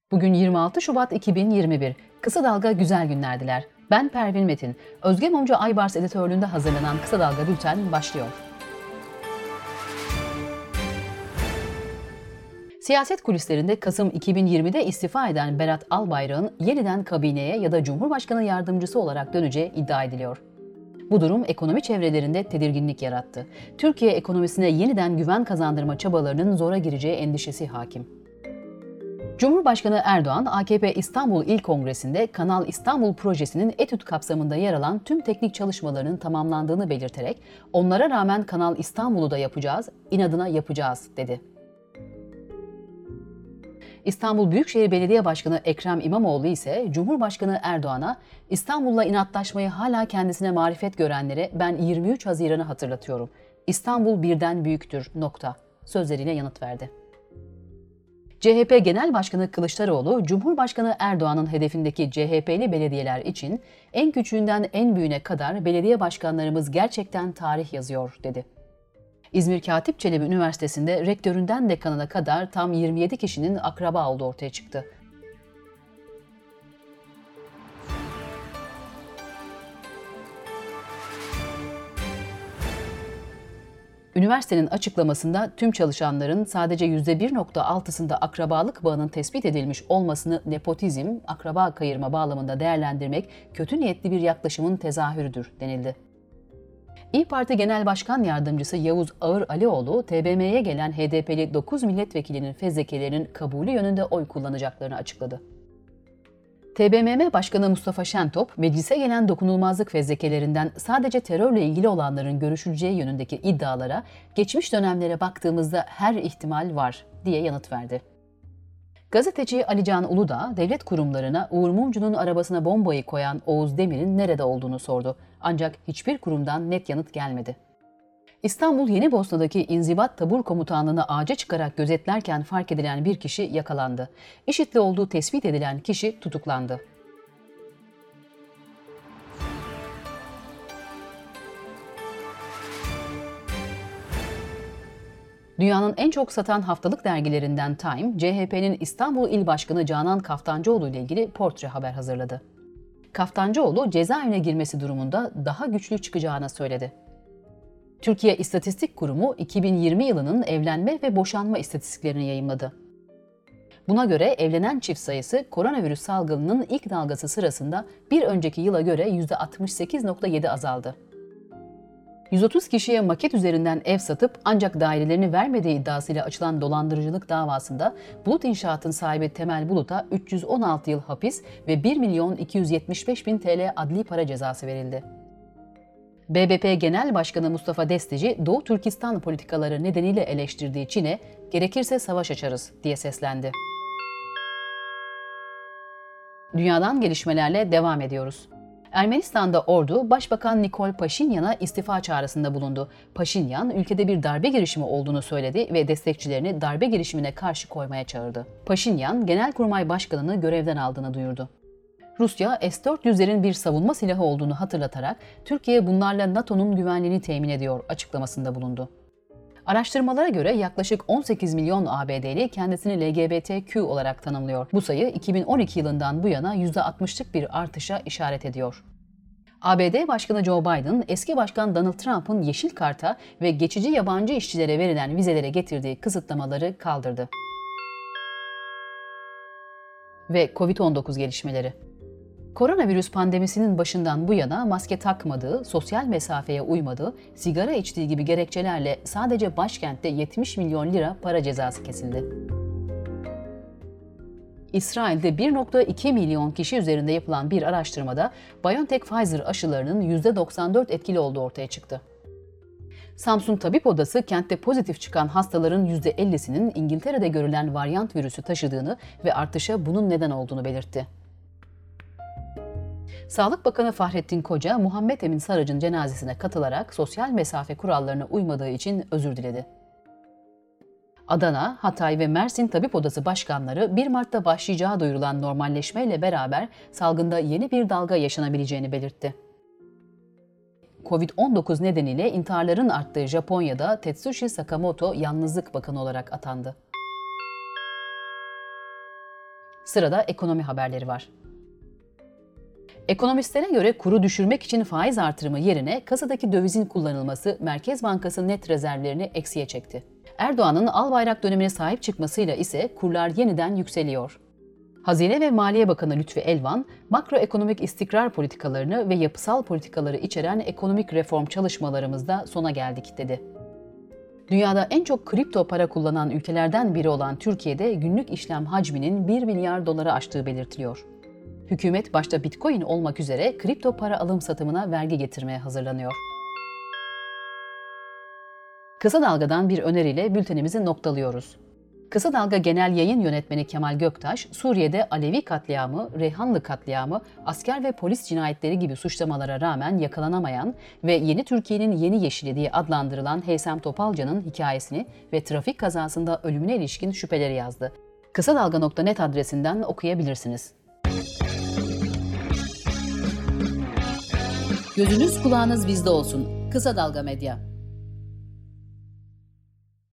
Bugün 26 Şubat 2021. Kısa Dalga güzel günlerdiler. Ben Pervin Metin. Özge Mumcu Aybars editörlüğünde hazırlanan Kısa Dalga Bülten başlıyor. Siyaset kulislerinde Kasım 2020'de istifa eden Berat Albayrak'ın yeniden kabineye ya da Cumhurbaşkanı yardımcısı olarak döneceği iddia ediliyor. Bu durum ekonomi çevrelerinde tedirginlik yarattı. Türkiye ekonomisine yeniden güven kazandırma çabalarının zora gireceği endişesi hakim. Cumhurbaşkanı Erdoğan, AKP İstanbul İl Kongresi'nde Kanal İstanbul projesinin etüt kapsamında yer alan tüm teknik çalışmalarının tamamlandığını belirterek, "Onlara rağmen Kanal İstanbul'u da yapacağız, inadına yapacağız," dedi. İstanbul Büyükşehir Belediye Başkanı Ekrem İmamoğlu ise Cumhurbaşkanı Erdoğan'a, "İstanbul'la inatlaşmayı hala kendisine marifet görenlere ben 23 Haziran'ı hatırlatıyorum. İstanbul birden büyüktür, nokta," sözleriyle yanıt verdi. CHP Genel Başkanı Kılıçdaroğlu, Cumhurbaşkanı Erdoğan'ın hedefindeki CHP'li belediyeler için en küçüğünden en büyüğüne kadar belediye başkanlarımız gerçekten tarih yazıyor, dedi. İzmir Katip Çelebi Üniversitesi'nde rektöründen dekanına kadar tam 27 kişinin akraba olduğu ortaya çıktı. Üniversitenin açıklamasında tüm çalışanların sadece %1,6'sında akrabalık bağının tespit edilmiş olmasını nepotizm, akraba kayırma bağlamında değerlendirmek kötü niyetli bir yaklaşımın tezahürüdür denildi. İYİ Parti Genel Başkan Yardımcısı Yavuz Ağır Alioğlu, TBMM'ye gelen HDP'li 9 milletvekilinin fezlekelerinin kabulü yönünde oy kullanacaklarını açıkladı. TBMM Başkanı Mustafa Şentop, meclise gelen dokunulmazlık fezlekelerinden sadece terörle ilgili olanların görüşüleceği yönündeki iddialara geçmiş dönemlere baktığımızda her ihtimal var diye yanıt verdi. Gazeteci Ali Can Uludağ, devlet kurumlarına Uğur Mumcu'nun arabasına bombayı koyan Oğuz Demir'in nerede olduğunu sordu. Ancak hiçbir kurumdan net yanıt gelmedi. İstanbul Yenibosna'daki İnzibat Tabur Komutanlığı'nı ağaca çıkarak gözetlerken fark edilen bir kişi yakalandı. IŞİD'li olduğu tespit edilen kişi tutuklandı. Dünyanın en çok satan haftalık dergilerinden Time, CHP'nin İstanbul İl Başkanı Canan Kaftancıoğlu ile ilgili portre haber hazırladı. Kaftancıoğlu, cezaevine girmesi durumunda daha güçlü çıkacağını söyledi. Türkiye İstatistik Kurumu 2020 yılının evlenme ve boşanma istatistiklerini yayımladı. Buna göre evlenen çift sayısı koronavirüs salgınının ilk dalgası sırasında bir önceki yıla göre %68,7 azaldı. 130 kişiye maket üzerinden ev satıp ancak dairelerini vermediği iddiasıyla açılan dolandırıcılık davasında Bulut İnşaat'ın sahibi Temel Bulut'a 316 yıl hapis ve 1.275.000 TL adli para cezası verildi. BBP Genel Başkanı Mustafa Destici, Doğu Türkistan politikaları nedeniyle eleştirdiği Çin'e "Gerekirse savaş açarız," diye seslendi. Dünyadan gelişmelerle devam ediyoruz. Ermenistan'da ordu, Başbakan Nikol Paşinyan'a istifa çağrısında bulundu. Paşinyan, ülkede bir darbe girişimi olduğunu söyledi ve destekçilerini darbe girişimine karşı koymaya çağırdı. Paşinyan, Genelkurmay Başkanı'nı görevden aldığını duyurdu. Rusya, S-400'lerin bir savunma silahı olduğunu hatırlatarak Türkiye bunlarla NATO'nun güvenliğini temin ediyor açıklamasında bulundu. Araştırmalara göre yaklaşık 18 milyon ABD'li kendisini LGBTQ olarak tanımlıyor. Bu sayı 2012 yılından bu yana %60'lık bir artışa işaret ediyor. ABD Başkanı Joe Biden, eski başkan Donald Trump'ın yeşil karta ve geçici yabancı işçilere verilen vizelere getirdiği kısıtlamaları kaldırdı. Ve Covid-19 gelişmeleri. Koronavirüs pandemisinin başından bu yana maske takmadığı, sosyal mesafeye uymadığı, sigara içtiği gibi gerekçelerle sadece başkentte 70 milyon lira para cezası kesildi. İsrail'de 1,2 milyon kişi üzerinde yapılan bir araştırmada BioNTech-Pfizer aşılarının %94 etkili olduğu ortaya çıktı. Samsun Tabip Odası, kentte pozitif çıkan hastaların %50'sinin İngiltere'de görülen varyant virüsü taşıdığını ve artışa bunun neden olduğunu belirtti. Sağlık Bakanı Fahrettin Koca, Muhammed Emin Sarıc'ın cenazesine katılarak sosyal mesafe kurallarına uymadığı için özür diledi. Adana, Hatay ve Mersin Tabip Odası başkanları 1 Mart'ta başlayacağı duyurulan normalleşmeyle beraber salgında yeni bir dalga yaşanabileceğini belirtti. Covid-19 nedeniyle intiharların arttığı Japonya'da Tetsushi Sakamoto Yalnızlık Bakanı olarak atandı. Sırada ekonomi haberleri var. Ekonomistlere göre kuru düşürmek için faiz artırımı yerine kasadaki dövizin kullanılması Merkez Bankası net rezervlerini eksiye çekti. Erdoğan'ın Albayrak dönemine sahip çıkmasıyla ise kurlar yeniden yükseliyor. Hazine ve Maliye Bakanı Lütfi Elvan, makroekonomik istikrar politikalarını ve yapısal politikaları içeren ekonomik reform çalışmalarımızda sona geldik dedi. Dünyada en çok kripto para kullanan ülkelerden biri olan Türkiye'de günlük işlem hacminin 1 milyar doları aştığı belirtiliyor. Hükümet başta Bitcoin olmak üzere kripto para alım satımına vergi getirmeye hazırlanıyor. Kısa Dalga'dan bir öneriyle bültenimizi noktalıyoruz. Kısa Dalga Genel Yayın Yönetmeni Kemal Göktaş, Suriye'de Alevi katliamı, Reyhanlı katliamı, asker ve polis cinayetleri gibi suçlamalara rağmen yakalanamayan ve Yeni Türkiye'nin Yeni Yeşili diye adlandırılan Heysem Topalca'nın hikayesini ve trafik kazasında ölümüne ilişkin şüpheleri yazdı. Kısadalga.net adresinden okuyabilirsiniz. Gözünüz kulağınız bizde olsun. Kısa Dalga Medya.